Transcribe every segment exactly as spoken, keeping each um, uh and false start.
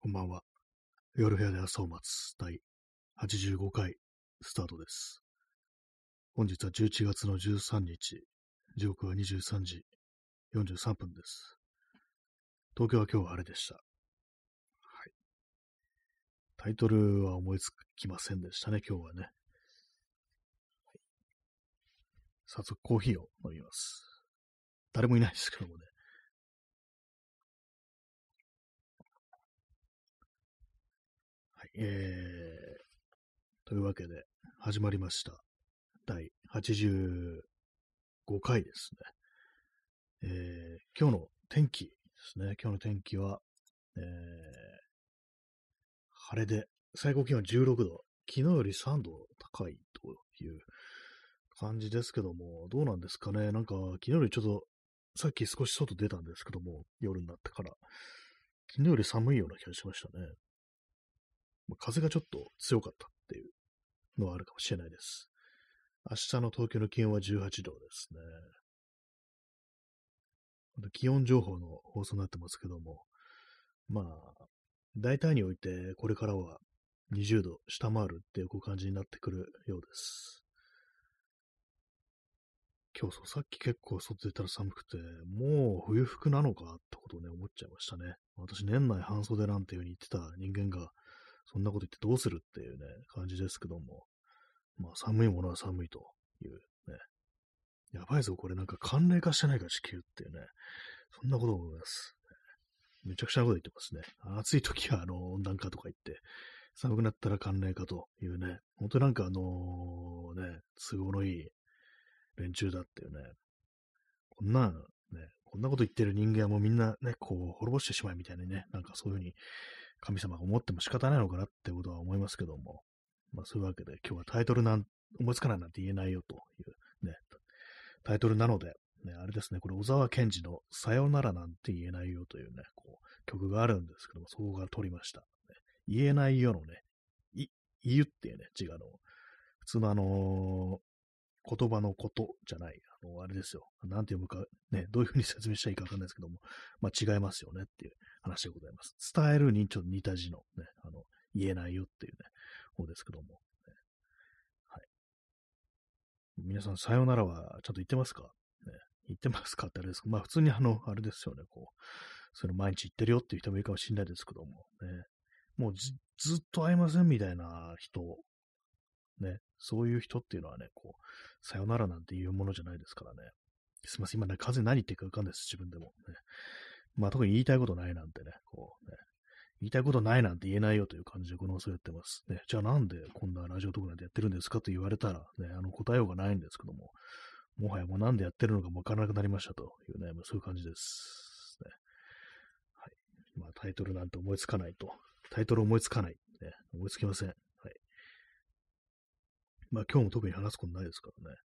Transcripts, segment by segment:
こんばんは。夜部屋で朝を待つ第はちじゅうごかいスタートです。本日はじゅういちがつのじゅうさんにち、時刻はにじゅうさんじよんじゅうさんぷんです。東京は今日は晴れでした。はい。タイトルは思いつきませんでしたね、今日はね。早速コーヒーを飲みます。誰もいないですけどもね。はい。えー、というわけで始まりました。第はちじゅうごかいですね。えー、今日の天気ですね。今日の天気は、えー、晴れで、最高気温じゅうろくど、昨日よりさんど高いという感じですけども、どうなんですかね。なんか、昨日よりちょっと、さっき少し外出たんですけども、夜になってから、昨日より寒いような気がしましたね。まあ、風がちょっと強かったっていうのはあるかもしれないです。明日の東京の気温はじゅうはちどですね。気温情報の放送になってますけども、まあ、大体においてこれからはにじゅうど下回るっていう感じになってくるようです。今日そう、さっき結構外出たら寒くて、もう冬服なのかってことをね、思っちゃいましたね。私年内半袖なんていう風に言ってた人間が、そんなこと言ってどうするっていうね、感じですけども、まあ寒いものは寒いというね、やばいぞ、これなんか寒冷化してないか地球っていうね、そんなことを思います。めちゃくちゃなこと言ってますね。暑い時はあの温暖化とか言って、寒くなったら寒冷化というね、本当になんかあのね、都合のいい連中だっていうね、こんな、ね、こんなこと言ってる人間はもうみんなね、こう滅ぼしてしまいみたいにね、なんかそういうふうに神様が思っても仕方ないのかなってことは思いますけども、まあそういうわけで今日はタイトルなん、思いつかないなんて言えないよというね、タイトルなので、ね、あれですね、これ小沢健二のさよならなんて言えないよというね、こう曲があるんですけども、そこが取りました。ね、言えないよのね、い、言うっていうね、字があの、普通のあのー、言葉のことじゃない、あの、あれですよ。なんて読むか、ね、どういうふうに説明したらいいかわかんないですけども、まあ違いますよねっていう話でございます。伝えるにちょっと似た字のね、あの、言えないよっていうね、方ですけども、ね。はい。皆さん、さよならはちゃんと言ってますかね。言ってますかってあれですか。まあ普通にあの、あれですよね、こう、その毎日言ってるよっていう人もいるかもしれないですけども、ね。もうずずっと会えませんみたいな人、ね。そういう人っていうのはね、こう、さよならなんていうものじゃないですからね。すみません、今ね、風何言ってるかわかんないです、自分でも、ね。まあ特に言いたいことないなんてね、こうね、言いたいことないなんて言えないよという感じでこの放送やってます。ね、じゃあなんでこんなラジオトークなんてやってるんですかと言われたら、ね、あの答えようがないんですけども、もはやもうなんでやってるのかもわからなくなりましたというね、まあ、そういう感じです。ね、はい。まあタイトルなんて思いつかないと。タイトル思いつかない。ね、思いつきません。はい。まあ今日も特に話すことないですからね。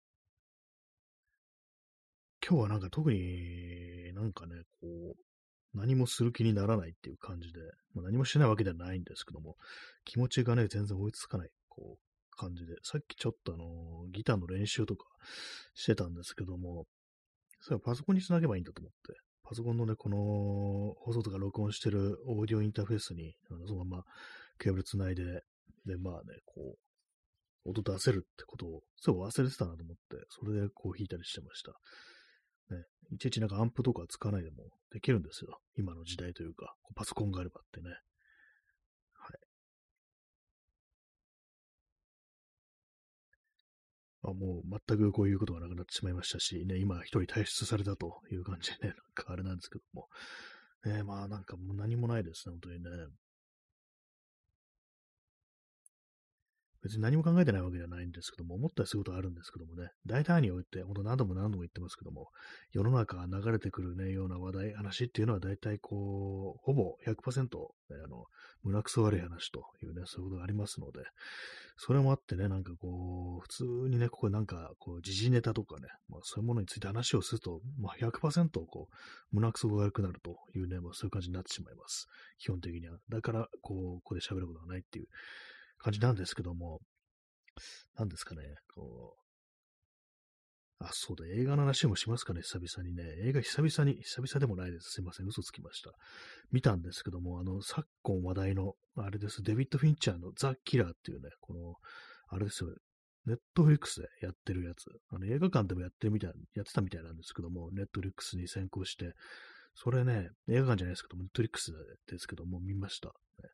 今日はなんか特になんかね、こう、何もする気にならないっていう感じで、まあ、何もしないわけではないんですけども、気持ちがね、全然追いつかない、こう、感じで、さっきちょっとあのーギターの練習とかしてたんですけども、それはパソコンにつなげばいいんだと思って、パソコンのね、この放送とか録音してるオーディオインターフェースに、あのそのままケーブルつないで、で、まあね、こう、音出せるってことを、そう忘れてたなと思って、それでこう弾いたりしてました。ね、いちいちなんかアンプとか使わないでもできるんですよ。今の時代というか、パソコンがあればってね。はい。まあ、もう全くこういうことがなくなってしまいましたし、ね、今一人退出されたという感じでね、なんかあれなんですけども。ね、まあなんかもう何もないですね、本当にね。別に何も考えてないわけじゃないんですけども、思ったりすることはあるんですけどもね、大体において、本当何度も何度も言ってますけども、世の中流れてくるね、ような話題、話っていうのは大体こう、ほぼひゃくパーセント、ね、あの、胸くそ悪い話というね、そういうことがありますので、それもあってね、なんかこう、普通にね、ここなんか、こう、時事ネタとかね、まあそういうものについて話をすると、まあひゃくパーセントこう、胸くそが悪くなるというね、まあそういう感じになってしまいます。基本的には。だから、こう、ここで喋ることがないっていう感じなんですけども、なんですかね、こう、 あ、そうだ、映画の話もしますかね、久々にね。映画久々に、久々でもないです。すいません、嘘つきました。見たんですけども、あの、昨今話題の、あれです、デビッド・フィンチャーのザ・キラーっていうね、この、あれですよ、ネットフリックスでやってるやつ。あの映画館でもやってるみたい、やってたみたいなんですけども、ネットフリックスに先行して、それね、映画館じゃないですけども、ネットフリックスですけども、見ました。ね、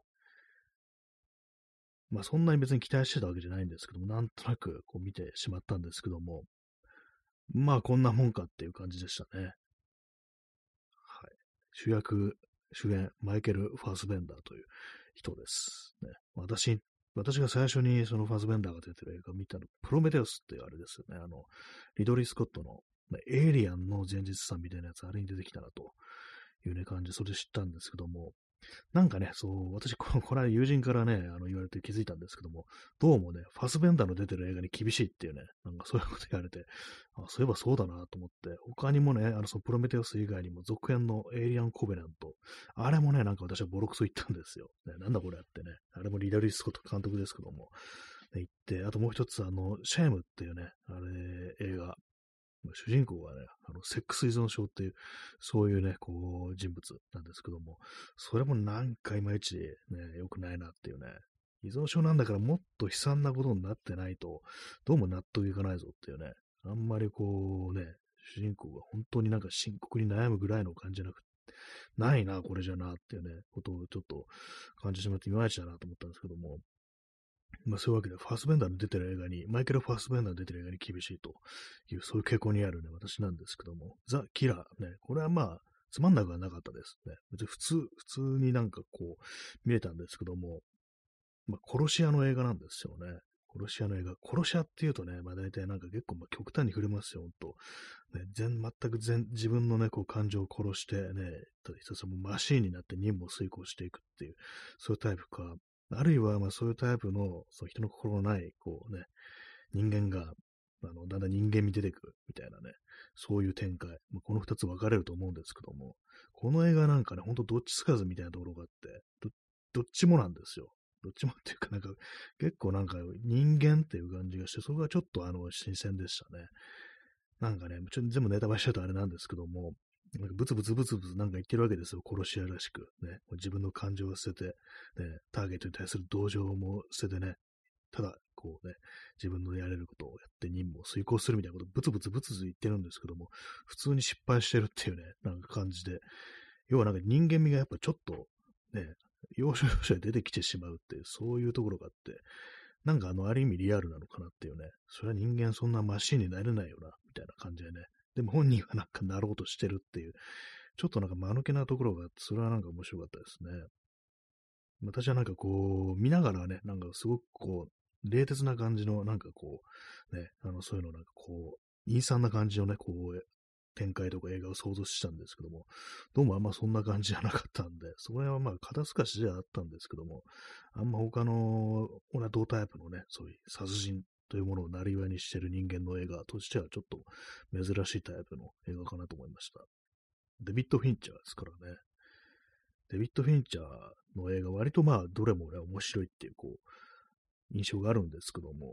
まあ、そんなに別に期待してたわけじゃないんですけども、なんとなくこう見てしまったんですけども、まあ、こんなもんかっていう感じでしたね。はい。主役、主演、マイケル・ファースベンダーという人です。ね、私、私が最初にそのファースベンダーが出てる映画を見たの、プロメテウスっていうあれですよね。あの、リドリー・スコットの、まあ、エイリアンの前日さんみたいなやつ、あれに出てきたなというね感じで、それで知ったんですけども、なんかね、そう、私、この、これは友人からね、あの、言われて気づいたんですけども、どうもね、ファスベンダーの出てる映画に厳しいっていうね、なんかそういうこと言われて、あ、そういえばそうだなと思って、他にもね、あの、そのプロメテウス以外にも続編のエイリアン・コベナント、あれもね、なんか私はボロクソ言ったんですよ。ね、なんだこれやってね、あれもリダリー・スコット監督ですけども、ね、言って、あともう一つ、あの、シェームっていうね、あれ、映画、主人公がね、あの、セックス依存症っていう、そういうね、こう、人物なんですけども、それもなんかいまいちね、良くないなっていうね、依存症なんだからもっと悲惨なことになってないと、どうも納得いかないぞっていうね、あんまりこうね、主人公が本当になんか深刻に悩むぐらいの感じじゃなくないな、これじゃなっていうね、ことをちょっと感じてしまっていまいちだなと思ったんですけども、まあそういうわけで、ファースベンダーの出てる映画に、マイケル・ファースベンダーの出てる映画に厳しいという、そういう傾向にあるね、私なんですけども、ザ・キラーね、これはまあ、つまんなくはなかったですね。別に普通、普通になんかこう、見れたんですけども、まあ、殺し屋の映画なんですよね。殺し屋の映画。殺し屋っていうとね、まあ大体なんか結構まあ極端に触れますよ、ほんと。ね、全、全く全、自分のね、こう感情を殺してね、ただひたすらもうマシーンになって任務を遂行していくっていう、そういうタイプか、あるいはまあそういうタイプの、そう人の心のない、こうね、人間が、あの、だんだん人間味出てくるみたいなね、そういう展開。まあ、この二つ分かれると思うんですけども、この映画なんかね、ほんとどっちつかずみたいなところがあって、ど、どっちもなんですよ。どっちもっていうか、なんか、結構なんか人間っていう感じがして、そこがちょっとあの、新鮮でしたね。なんかね、ちょ全部ネタバレしちゃうとあれなんですけども、なんかブツブツブツブツなんか言ってるわけですよ。殺し屋らしく。ね。自分の感情を捨てて、ね、ターゲットに対する同情も捨ててね、ただ、こうね、自分のやれることをやって任務を遂行するみたいなことをブツブツブツブツ言ってるんですけども、普通に失敗してるっていうね、なんか感じで、要はなんか人間味がやっぱちょっと、ね、要所要所で出てきてしまうっていう、そういうところがあって、なんかあの、ある意味リアルなのかなっていうね、それは人間そんなマシンになれないよな、みたいな感じでね、でも本人はなんかなろうとしてるっていう、ちょっとなんか間抜けなところがあって、それはなんか面白かったですね。私はなんかこう、見ながらね、なんかすごくこう、冷徹な感じの、なんかこう、ね、あの、そういうのなんかこう、陰惨な感じのね、こう、展開とか映画を想像したんですけども、どうもあんまそんな感じじゃなかったんで、それはまあ、肩透かしではあったんですけども、あんま他の、同タイプのね、そういう殺人というものを生りにしてる人間の映画としてはちょっと珍しいタイプの映画かなと思いました。デビッド・フィンチャーですからね。デビッド・フィンチャーの映画、割とまあ、どれもね、面白いっていう、こう、印象があるんですけども、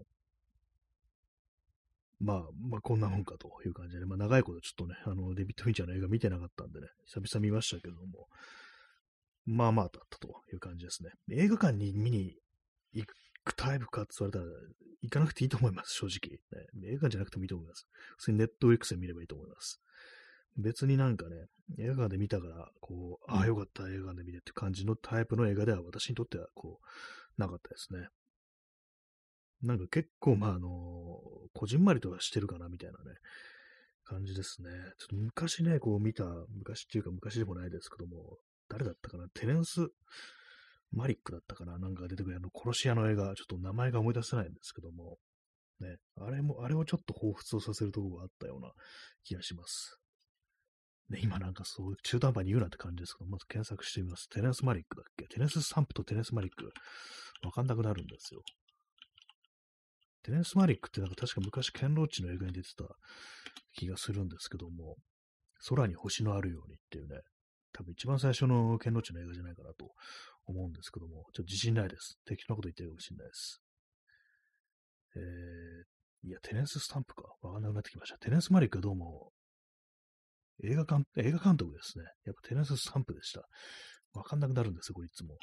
まあ、まあ、こんなもんかという感じで、ね、まあ、長いことちょっとね、あの、デビッド・フィンチャーの映画見てなかったんでね、久々見ましたけども、まあまあだったという感じですね。映画館に見に行くタイプかって言われたら、行かなくていいと思います、正直。ね、映画館じゃなくてもいいと思います。普通にネットフリックスで見ればいいと思います。別になんかね、映画館で見たから、こう、ああ、よかった、映画館で見てって感じのタイプの映画では私にとっては、こう、なかったですね。なんか結構、まあ、あのこじんまりとはしてるかな、みたいなね、感じですね。ちょっと昔ね、こう見た、昔っていうか昔でもないですけども、誰だったかな、テレンス・マリックだったかな、なんか出てくるあの殺し屋の映画、ちょっと名前が思い出せないんですけども、ね、あれも、あれをちょっと彷彿とさせるところがあったような気がします。ね、今なんかそう中途半端に言うなって感じですけど、まず検索してみます。テレンス・マリックだっけテレンス・サンプとテレンス・マリック。わかんなくなるんですよ。テレンス・マリックってなんか確か昔ケンロッチの映画に出てた気がするんですけども、空に星のあるようにっていうね、多分一番最初のケンロッチの映画じゃないかなと思うんですけども、ちょっと自信ないです。適当なこと言ってるかもしれないです。えー、 いや、テレンス・スタンプか。わかんなくなってきました。テレンス・マリックはどうも、映画監、映画監督ですね。やっぱテレンス・スタンプでした。わかんなくなるんですよ、これいつも。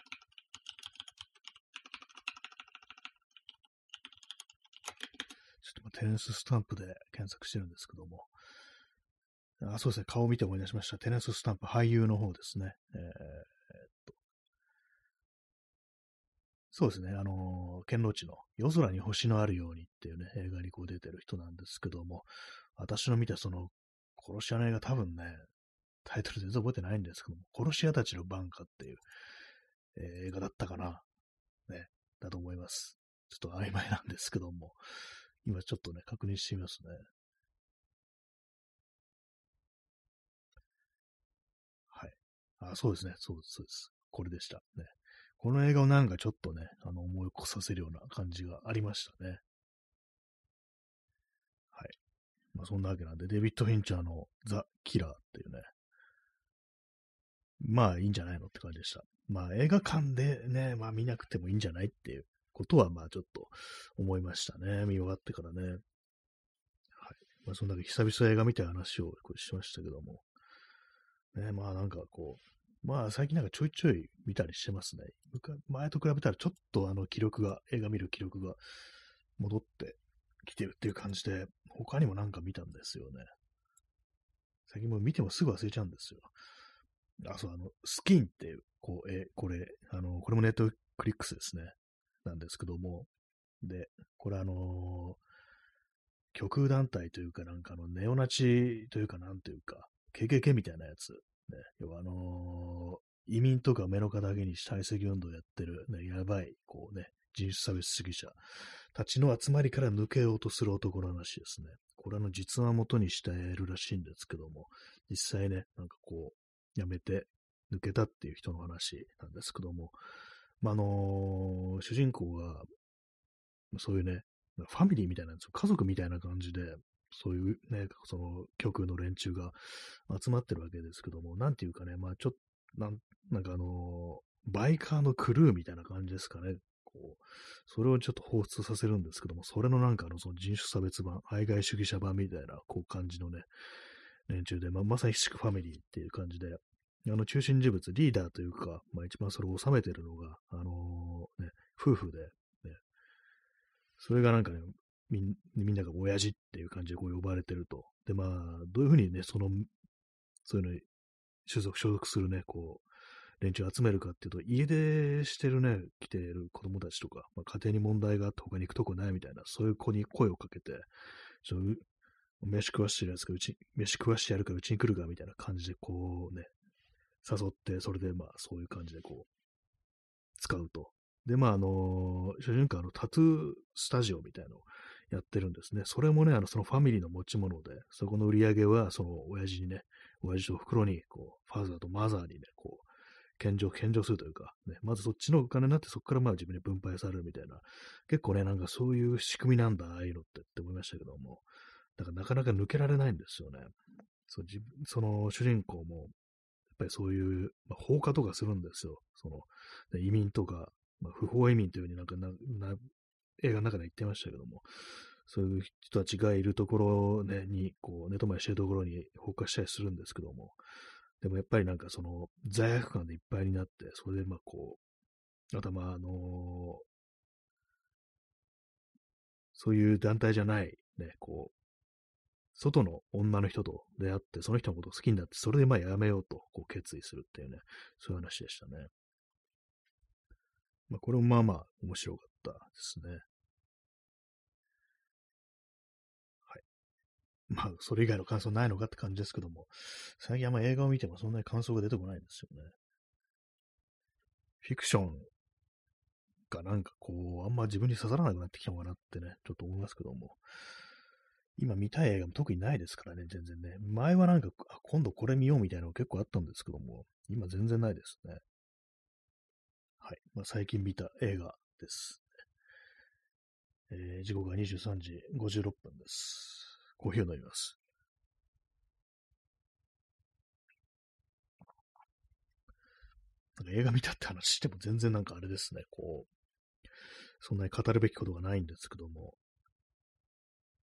ちょっとテレンス・スタンプで検索してるんですけども。あ、そうですね。顔を見て思い出しました。テレンス・スタンプ、俳優の方ですね。えー、えーっとそうですね。あのー、ケンロッチの夜空に星のあるようにっていうね、映画にこう出てる人なんですけども、私の見たその、殺し屋の映画多分ね、タイトル全然覚えてないんですけども、殺し屋たちの番歌っていう、えー映画だったかな。ね、だと思います。ちょっと曖昧なんですけども、今ちょっとね、確認してみますね。はい。あ、そうですね。そうです、そうです。これでした。ね。この映画をなんかちょっとね、あの、思い起こさせるような感じがありましたね。はい。まあ、そんなわけなんで、デビッド・フィンチャーのザ・キラーっていうね、まあいいんじゃないのって感じでした。まあ映画館でね、まあ見なくてもいいんじゃないっていうことはまあちょっと思いましたね。見終わってからね。はい。まあそんだけ久々映画見た話をこれしましたけども。ね、まあなんかこう、まあ最近なんかちょいちょい見たりしてますね。前と比べたらちょっとあの記録が、映画見る記録が戻ってきてるっていう感じで、他にもなんか見たんですよね。最近もう見てもすぐ忘れちゃうんですよ。あ、そう、あの、スキンっていう、こう、え、これ、あの、これもネットクリックスですね。なんですけども、で、これあの極右団体というか、なんかあの、ネオナチというか、なんというか、ケーケーケー みたいなやつ。ね、要はあのー移民とかメロカだけに退席運動をやってる、ね、やばい、こうね、人種差別主義者たちの集まりから抜けようとする男の話ですね。これあの実話を元にしているらしいんですけども、実際ね、なんかこう、やめて抜けたっていう人の話なんですけども、まあ、あのー主人公が、そういうね、ファミリーみたいなんですよ。家族みたいな感じで、そういうね、その極右の連中が集まってるわけですけども、なんていうかね、まあちょっと、なん、なんかあのーバイカーのクルーみたいな感じですかね。こう、それをちょっと彷彿させるんですけども、それのなんかあの、その人種差別版、排外主義者版みたいな、こう感じのね、連中で、まあ、まさにシックファミリーっていう感じで、あの中心人物、リーダーというか、まあ一番それを収めてるのが、あのーね、夫婦で、ね、それがなんかね、みんみんなが親父っていう感じでこう呼ばれてると。で、まあ、どういうふうにね、その、そういうのに所属、所属するね、こう、連中を集めるかっていうと、家出してるね、来てる子供たちとか、まあ、家庭に問題があって他に行くとこないみたいな、そういう子に声をかけて、ちょ飯食わしてるやつがうち、飯食わしてやるからうちに来るかみたいな感じでこうね、誘って、それでまあそういう感じでこう、使うと。で、まああの、主人公はあのタトゥースタジオみたいなのをやってるんですね。それもね、あの、そのファミリーの持ち物で、そこの売り上げは、その親父にね、親父と袋に、こう、ファーザーとマザーにね、こう、献上、献上するというか、ね、まずそっちのお金になって、そこからまあ自分に分配されるみたいな、結構ね、なんかそういう仕組みなんだ、ああいうのってって思いましたけども、だからなかなか抜けられないんですよね。そう自分その主人公も、やっぱりそういう、まあ、放火とかするんですよ。その、ね移民とか、まあ、不法移民というふうになんかな、な、映画の中で言ってましたけども、そういう人たちがいるところ、ね、に、こう、寝泊まりしてるところに放火したりするんですけども、でもやっぱりなんかその、罪悪感でいっぱいになって、それでまあこう、あとはまああのーそういう団体じゃない、ね、こう、外の女の人と出会って、その人のことを好きになって、それでまあやめようとこう決意するっていうね、そういう話でしたね。まあ、これもまあまあ面白かったですね。はい。まあ、それ以外の感想ないのかって感じですけども、最近あんま映画を見てもそんなに感想が出てこないんですよね。フィクションがなんかこう、あんま自分に刺さらなくなってきたのかなってね、ちょっと思いますけども、今見たい映画も特にないですからね、全然ね。前はなんか、あ今度これ見ようみたいなの結構あったんですけども、今全然ないですね。はい。まあ、最近見た映画です。えー時刻がにじゅうさんじごじゅうろっぷんです。コーヒーを飲みます。なんか映画見たって話しても全然なんかあれですね、こう、そんなに語るべきことがないんですけども、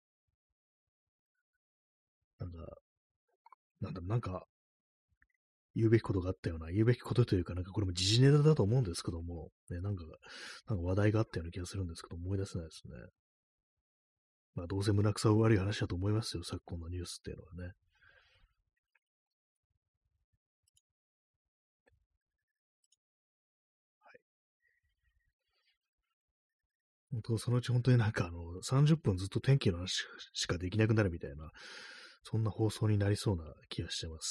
なんか、なんだ、なんか、言うべきことがあったような、言うべきことというか、なんかこれも時事ネタだと思うんですけども、ね、なんか、なんか話題があったような気がするんですけど、思い出せないですね。まあ、どうせ胸くそ悪い話だと思いますよ、昨今のニュースっていうのはね。本当、そのうち本当になんかあの、さんじゅっぷんずっと天気の話しかできなくなるみたいな、そんな放送になりそうな気がしてます。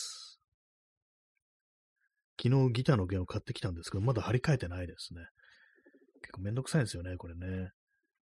昨日ギターの弦を買ってきたんですけど、まだ張り替えてないですね。結構めんどくさいんですよね、これね。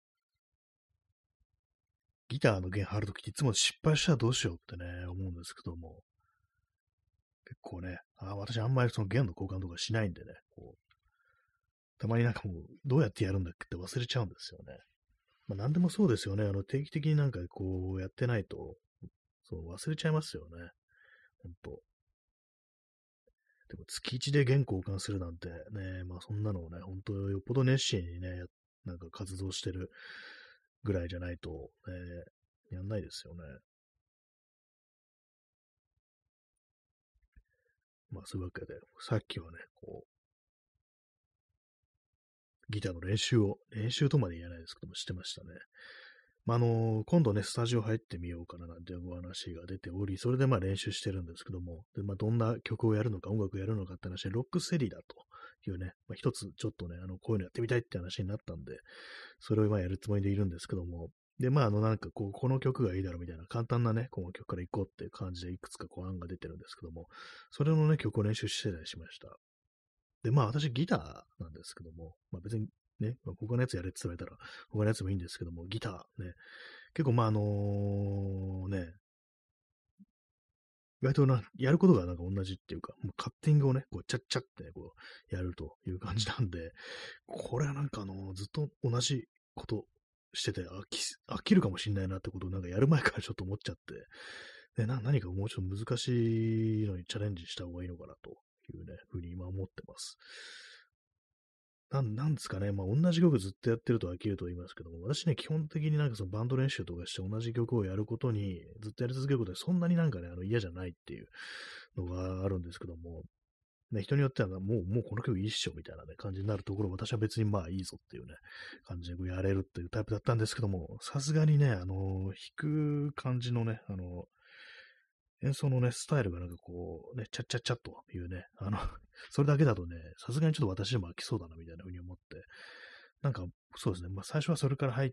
ギターの弦張るときいつも失敗したらどうしようってね、思うんですけども、結構ね、あ私あんまりその弦の交換とかしないんでね、こう、たまになんかもう、どうやってやるんだっけって忘れちゃうんですよね。まあ何でもそうですよね。あの、定期的になんかこうやってないと、そう忘れちゃいますよね。ほんと。でも月いちで弦交換するなんてね、まあそんなのをね、ほんとよっぽど熱心にね、なんか活動してるぐらいじゃないと、ね、やんないですよね。まあそういうわけで、さっきはね、こう、ギターの練習を、練習とまで言えないですけども、してましたね。まあ、あの、今度ね、スタジオ入ってみようかななんていうお話が出ており、それでまあ練習してるんですけども、でまあ、どんな曲をやるのか、音楽をやるのかって話で、ロックセリだというね、まあ、一つちょっとね、あの、こういうのやってみたいって話になったんで、それを今やるつもりでいるんですけども、で、まあ、あの、なんかこう、この曲がいいだろうみたいな簡単なね、この曲から行こうっていう感じでいくつかこう案が出てるんですけども、それのね、曲を練習してたりしました。で、まあ私ギターなんですけども、まあ別にね、まあ、他のやつやれって言われたら他のやつもいいんですけども、ギターね、結構まああのね、意外とな、やることがなんか同じっていうか、もうカッティングをね、こう、チャッチャってね、こう、やるという感じなんで、これはなんかあのずっと同じことしてて飽き、飽きるかもしんないなってことをなんかやる前からちょっと思っちゃって、でな何かもうちょっと難しいのにチャレンジした方がいいのかなというね、ふうに今思ってます。なん、なんですかね、まあ、同じ曲ずっとやってると飽きると言いますけども、私ね、基本的になんかそのバンド練習とかして同じ曲をやることに、ずっとやり続けることで、そんなになんかね、あの嫌じゃないっていうのがあるんですけども、ね、人によってはもう、もうこの曲いいっしょみたいなね、感じになるところ、私は別にまあいいぞっていうね、感じでこうやれるっていうタイプだったんですけども、さすがにね、あの、弾く感じのね、あの、演奏のね、スタイルがなんかこう、ね、チャッチャッチャッというね、あのそれだけだとね、さすがにちょっと私でも飽きそうだなみたいな風に思って、なんか、そうですね。まあ、最初はそれから入って、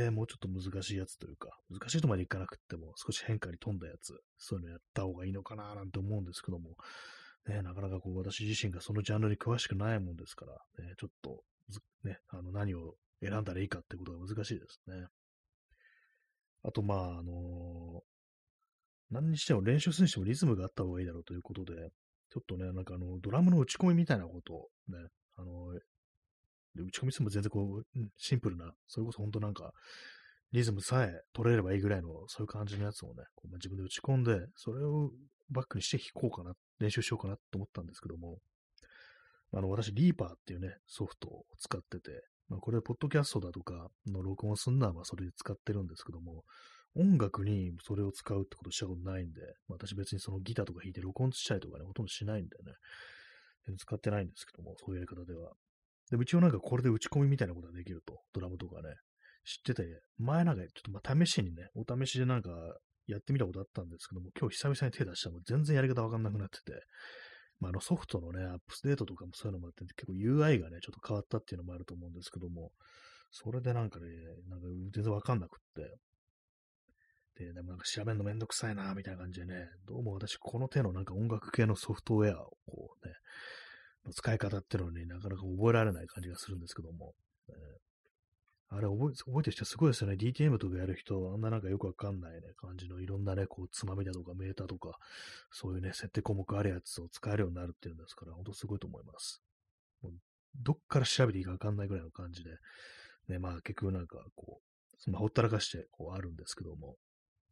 もうちょっと難しいやつというか、難しいとまでいかなくっても、少し変化に富んだやつ、そういうのやった方がいいのかななんて思うんですけども、ね、なかなかこう、私自身がそのジャンルに詳しくないもんですから、ね、ちょっとね、あの、何を選んだらいいかってことが難しいですね。あと、まあ、あのー何にしても練習するにしてもリズムがあった方がいいだろうということで、ちょっとね、なんかあの、ドラムの打ち込みみたいなことをね、あので、打ち込みしても全然こう、うん、シンプルな、それこそ本当なんか、リズムさえ取れればいいぐらいの、そういう感じのやつをね、こうまあ、自分で打ち込んで、それをバックにして弾こうかな、練習しようかなと思ったんですけども、あの、私、リーパーっていうね、ソフトを使ってて、まあ、これ、ポッドキャストだとかの録音すんのは、まあ、それで使ってるんですけども、音楽にそれを使うってことしたことないんで、まあ、私別にそのギターとか弾いて録音したりとかね、ほとんどしないんでね、使ってないんですけども、そういうやり方では。でも一応なんかこれで打ち込みみたいなことができると、ドラムとかね、知ってて、前なんかちょっとまあ試しにね、お試しでなんかやってみたことあったんですけども、今日久々に手出したらもう全然やり方わかんなくなってて、まあ、あのソフトのね、アップデートとかもそういうのもあって、結構 ユーアイ がね、ちょっと変わったっていうのもあると思うんですけども、それでなんかね、なんか全然わかんなくって、で、でもなんか調べるのめんどくさいな、みたいな感じでね、どうも私この手のなんか音楽系のソフトウェアをこうね、使い方っていうのになかなか覚えられない感じがするんですけども、えーあれ覚え、覚えてる人はすごいですよね。ディーティーエム とかやる人、あんななんかよくわかんないね、感じのいろんなね、こう、つまみだとかメーターとか、そういうね、設定項目あるやつを使えるようになるっていうんですから、ほんとすごいと思います。もうどっから調べていいかわかんないぐらいの感じで、ね、まあ結局なんかこう、スマホったらかしてこうあるんですけども、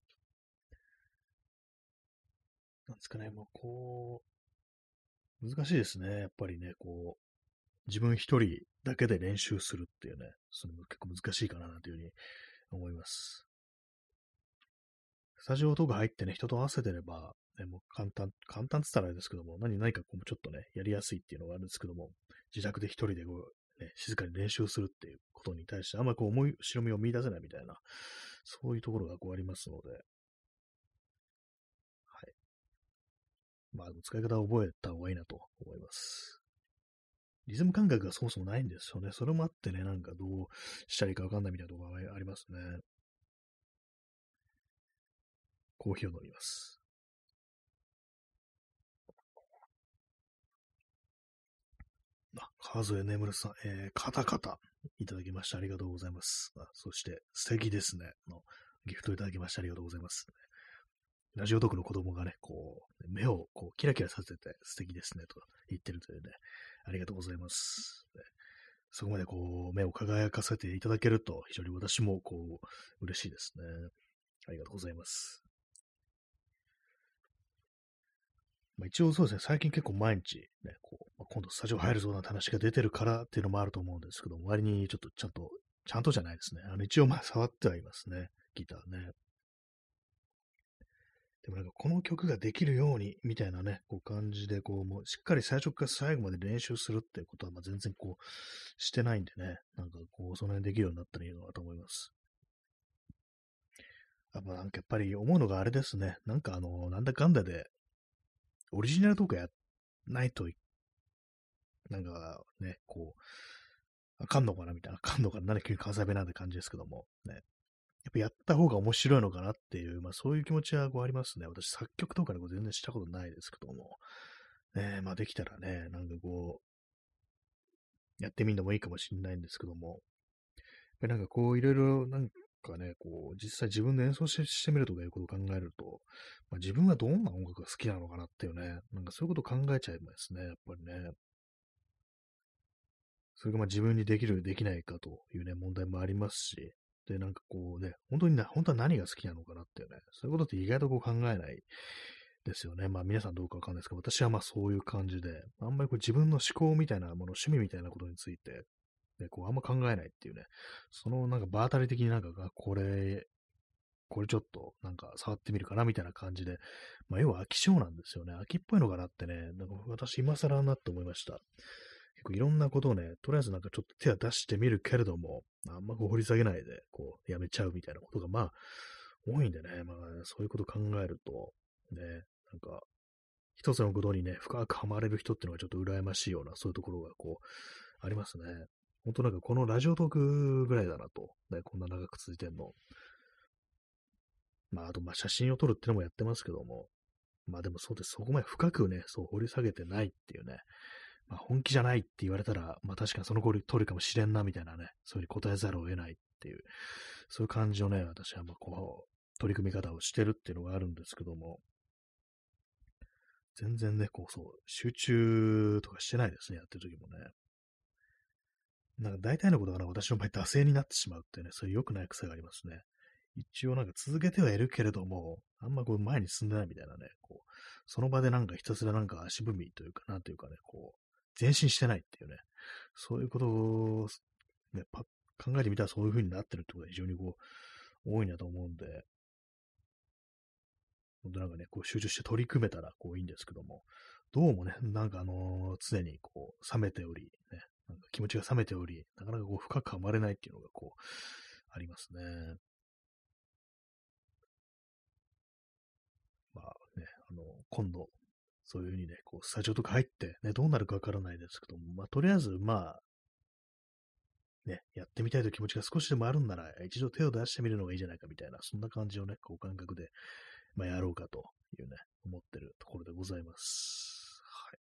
なんですかね、もうこう、難しいですね。やっぱりね、こう、自分一人だけで練習するっていうね、それも結構難しいかなというふうに思います。 スタジオとか入ってね、人と合わせてれば、ね、もう簡単、簡単って言ったらあれですけども、何、何かこうちょっとね、やりやすいっていうのがあるんですけども、自宅で一人でこう、ね、静かに練習するっていうことに対して、あんまりこう思い、後ろみを見出せないみたいな、そういうところがこうありますので、はい。まあ、使い方を覚えた方がいいなと思います。リズム感覚がそもそもないんですよね。それもあってね、なんかどうしたらいいかわかんないみたいなところがありますね。コーヒーを飲みます。あ、川添眠さん、えー、カタカタいただきまして、ありがとうございます。あ、そして、素敵ですね。のギフトいただきまして、ありがとうございます。ラジオトークの子供がね、こう、目をこうキラキラさせて素敵ですね、と言ってるというね、ありがとうございます。ね、そこまでこう、目を輝かせていただけると、非常に私もこう、嬉しいですね。ありがとうございます。まあ、一応そうですね、最近結構毎日ね、こう、まあ、今度スタジオ入るぞなんて話が出てるからっていうのもあると思うんですけど、割にちょっとちゃんと、ちゃんとじゃないですね。あの、一応まあ触ってはいますね。ギターね。でもなんかこの曲ができるようにみたいなね、こう感じで、こう、もうしっかり最初から最後まで練習するっていうことはまあ全然こうしてないんでね、なんかこう、その辺できるようになったらいいのかなと思います。やっぱなんかやっぱり思うのがあれですね。なんかあの、なんだかんだで、オリジナルとかやないと、なんかね、こう、あかんのかなみたいな、あかんのかな、なんで急に関西弁なんて感じですけども、ね。やっぱやった方が面白いのかなっていう、まあそういう気持ちはこうありますね。私作曲とかでこう全然したことないですけども、ね、まあできたらね、なんかこう、やってみるのもいいかもしれないんですけども、やっぱりなんかこういろいろなんかね、こう実際自分で演奏ししてみるとかいうことを考えると、まあ、自分はどんな音楽が好きなのかなっていうね、なんかそういうことを考えちゃいますね、やっぱりね。それがまあ自分にできる、できないかというね、問題もありますし、で、なんかこうね、本当にな、本当は何が好きなのかなっていうね、そういうことって意外とこう考えないですよね。まあ皆さんどうかわかんないですけど、私はまあそういう感じで、あんまりこう自分の思考みたいなもの、趣味みたいなことについて、ね、こうあんま考えないっていうね、そのなんか場当たり的になんか、あこれ、これちょっとなんか触ってみるかなみたいな感じで、まあ要は飽き性なんですよね。飽きっぽいのかなってね、なんか私今更なって思いました。結構いろんなことをね、とりあえずなんかちょっと手は出してみるけれども、あんまこう掘り下げないで、こう、やめちゃうみたいなことがまあ、多いんでね、まあ、そういうことを考えると、ね、なんか、一つのことにね、深くハマれる人っていうのはちょっと羨ましいような、そういうところがこう、ありますね。本当なんかこのラジオトークぐらいだなと、ね、こんな長く続いてんの。まあ、あと、まあ、写真を撮るってのもやってますけども、まあでもそうです。そこまで深くね、そう掘り下げてないっていうね、まあ、本気じゃないって言われたら、まあ確かにその通り通りかもしれんな、みたいなね、そういうふうに答えざるを得ないっていう、そういう感じのね、私はまあこう、取り組み方をしてるっていうのがあるんですけども、全然ね、こうそう、集中とかしてないですね、やってる時もね。なんか大体のことがな私の場合、惰性になってしまうっていうね、そういう良くない癖がありますね。一応なんか続けてはいるけれども、あんまこう前に進んでないみたいなね、こう、その場でなんかひたすらなんか足踏みというか、なんというかね、こう、前進してないっていうね、そういうことを、ね、パ考えてみたらそういう風になってるってことが非常にこう、多いなと思うんで、本当なんかね、こう集中して取り組めたらこういいんですけども、どうもね、なんかあのー常にこう、冷めており、ね、なんか気持ちが冷めており、なかなかこう深くはまれないっていうのがこう、ありますね。まあね、あの、今度、そういうふうにね、こう、スタジオとか入って、ね、どうなるかわからないですけども、まあ、とりあえず、まあ、ね、やってみたいという気持ちが少しでもあるんなら、一度手を出してみるのがいいじゃないかみたいな、そんな感じをね、こう、感覚で、まあ、やろうかというね、思ってるところでございます。はい。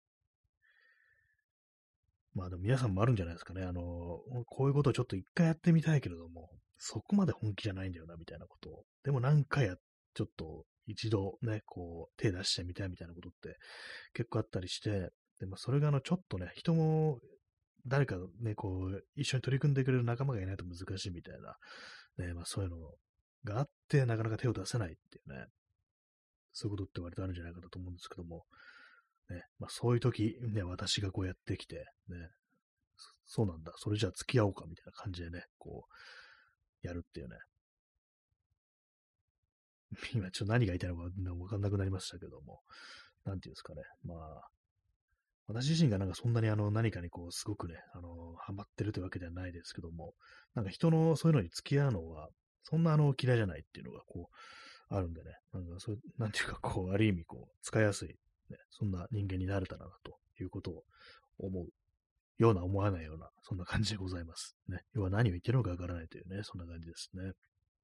まあ、でも皆さんもあるんじゃないですかね。あの、こういうことをちょっと一回やってみたいけれども、そこまで本気じゃないんだよな、みたいなことを。でも何回や、ちょっと一度ね、こう、手出してみたいみたいなことって結構あったりして、で、まあ、それがあの、ちょっとね、人も、誰かね、こう、一緒に取り組んでくれる仲間がいないと難しいみたいな、ね、まあそういうのがあって、なかなか手を出せないっていうね、そういうことって割とあるんじゃないかなと思うんですけども、ね、まあそういう時、ね、私がこうやってきて、ね、そそうなんだ、それじゃあ付き合おうかみたいな感じでね、こう、やるっていうね、 今ちょっと何が言いたいのかわかんなくなりましたけども、なんていうんですかね。まあ、私自身がなんかそんなにあの何かにこうすごくね、あの、ハマってるというわけではないですけども、なんか人のそういうのに付き合うのは、そんなあの嫌いじゃないっていうのがこう、あるんでね、なんかそういう、なんていうかこう、ある意味こう、使いやすい、ね、そんな人間になれたらなということを思うような思わないような、そんな感じでございます。ね。要は何を言ってるのかわからないというね、そんな感じですね。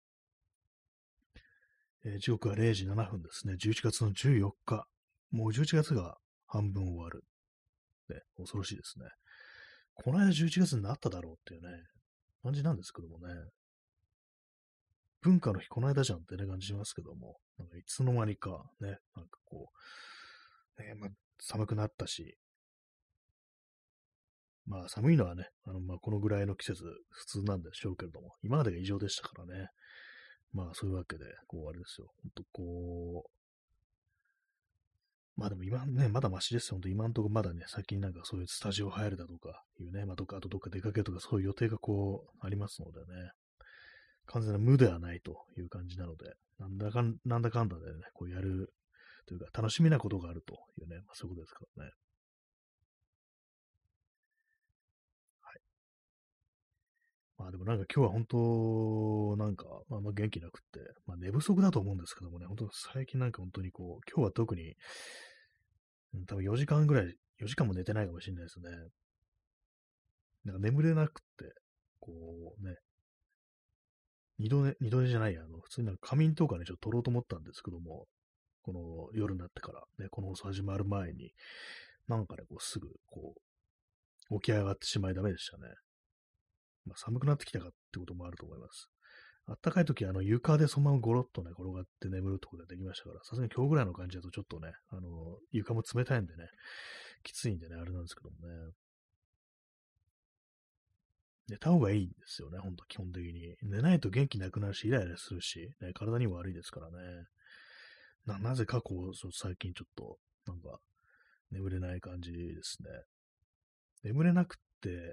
えー時刻はれいじななふんですね。じゅういちがつのじゅうよっか。もうじゅういちがつが半分終わる。ね、恐ろしいですね。この間じゅういちがつになっただろうっていうね、感じなんですけどもね。文化の日この間じゃんってね、感じしますけども、なんかいつの間にかね、なんかこう、ね、まあ、寒くなったし、まあ寒いのはね、あの、まあこのぐらいの季節普通なんでしょうけれども、今までが異常でしたからね。まあそういうわけで、こうあれですよ。ほんとこう、まあでも今ね、まだマシですよ。ほんと今んとこまだね、最近なんかそういうスタジオ入るだとかいうね、まあどっか、あとどっか出かけるとかそういう予定がこうありますのでね、完全な無ではないという感じなので、なんだかん、なんだかんだでね、こうやるというか楽しみなことがあるというね、まあそういうことですからね。はい。まあでもなんか今日は本当、なんか、まあ、まあ元気なくって、まあ寝不足だと思うんですけどもね、本当最近なんか本当にこう、今日は特に、うん多分よじかんぐらい、よじかんも寝てないかもしれないですね。なんか眠れなくって、こうね、二度寝、二度寝じゃないや、あの、普通になんか仮眠とかね、ちょっと取ろうと思ったんですけども、この夜になってから、ね、この放送始まる前に、なんかね、こうすぐ、こう、起き上がってしまいダメでしたね。まあ、寒くなってきたかってこともあると思います。あったかい時、あの、床でそのままゴロッとね、転がって眠るってことができましたから、さすがに今日ぐらいの感じだとちょっとね、あの、床も冷たいんでね、きついんでね、あれなんですけどもね。寝た方がいいんですよね、ほんと基本的に。寝ないと元気なくなるし、イライラするし、ね、体にも悪いですからね。な、なぜかこう、そう最近ちょっと、なんか、眠れない感じですね。眠れなくって、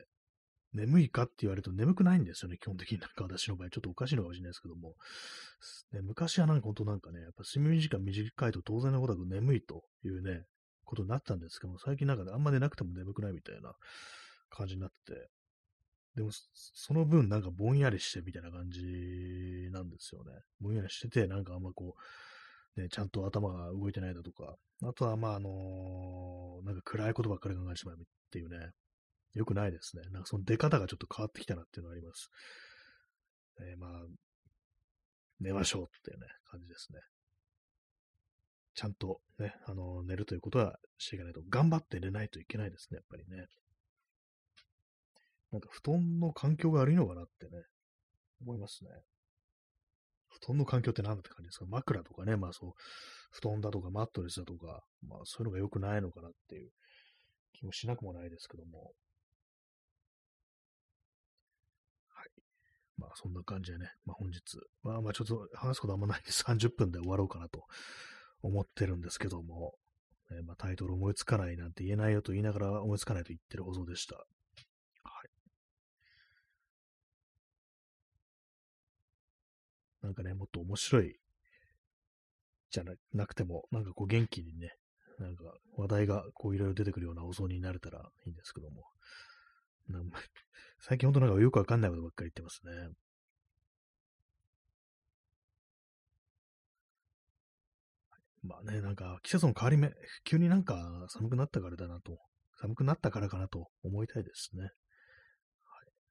眠いかって言われると眠くないんですよね、基本的に。なんか私の場合、ちょっとおかしいのかもしれないですけども。ね、昔はなんか本当なんかね、やっぱ睡眠時間短いと当然のことなく眠いというね、ことになったんですけども、最近なんか、ね、あんま寝なくても眠くないみたいな感じになってて、でも、そその分なんかぼんやりしてみたいな感じなんですよね。ぼんやりしてて、なんかあんまこう、ね、ちゃんと頭が動いてないだとか、あとはまああのーなんか暗いことばっかり考えてしまうっていうね、良くないですね。なんかその出方がちょっと変わってきたなっていうのがあります。えーまあ、寝ましょうっていうね、感じですね。ちゃんとね、あのー寝るということはしていかないと、頑張って寝ないといけないですね、やっぱりね。なんか布団の環境が悪いのかなってね、思いますね。布団の環境って何だって感じですか？枕とかね、まあそう、布団だとかマットレスだとか、まあそういうのが良くないのかなっていう気もしなくもないですけども、はい。まあそんな感じでね、まあ本日、まあまあちょっと話すことあんまないんでさんじゅっぷんで終わろうかなと思ってるんですけども、えーまあタイトル思いつかないなんて言えないよと言いながら思いつかないと言ってる放送でした。はい。なんかね、もっと面白いじゃななくても、なんかこう元気にね、なんか話題がこういろいろ出てくるような放送になれたらいいんですけども、なん最近ほんとなんかよくわかんないことばっかり言ってますね。まあね、なんか季節の変わり目、急になんか寒くなったからだなと、寒くなったからかなと思いたいですね。はい。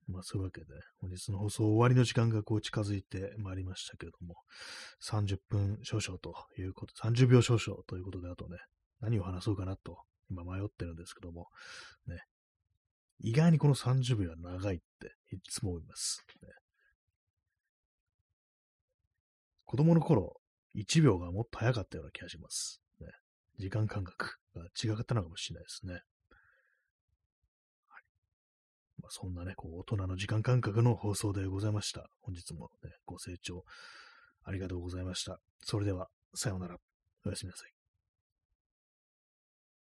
まあそういうわけで、本日の放送終わりの時間がこう近づいてまいりましたけれども、さんじゅっぷん少々ということ、さんじゅうびょう少々ということで、あとね、何を話そうかなと今迷ってるんですけども、ね、意外にこのさんじゅうびょうは長いっていつも思います。ね、子供の頃、いちびょうがもっと早かったような気がします。ね、時間感覚が違ったのかもしれないですね。まあ、そんなね、こう、大人の時間感覚の放送でございました。本日もね、ご清聴ありがとうございました。それでは、さようなら。おやすみなさい。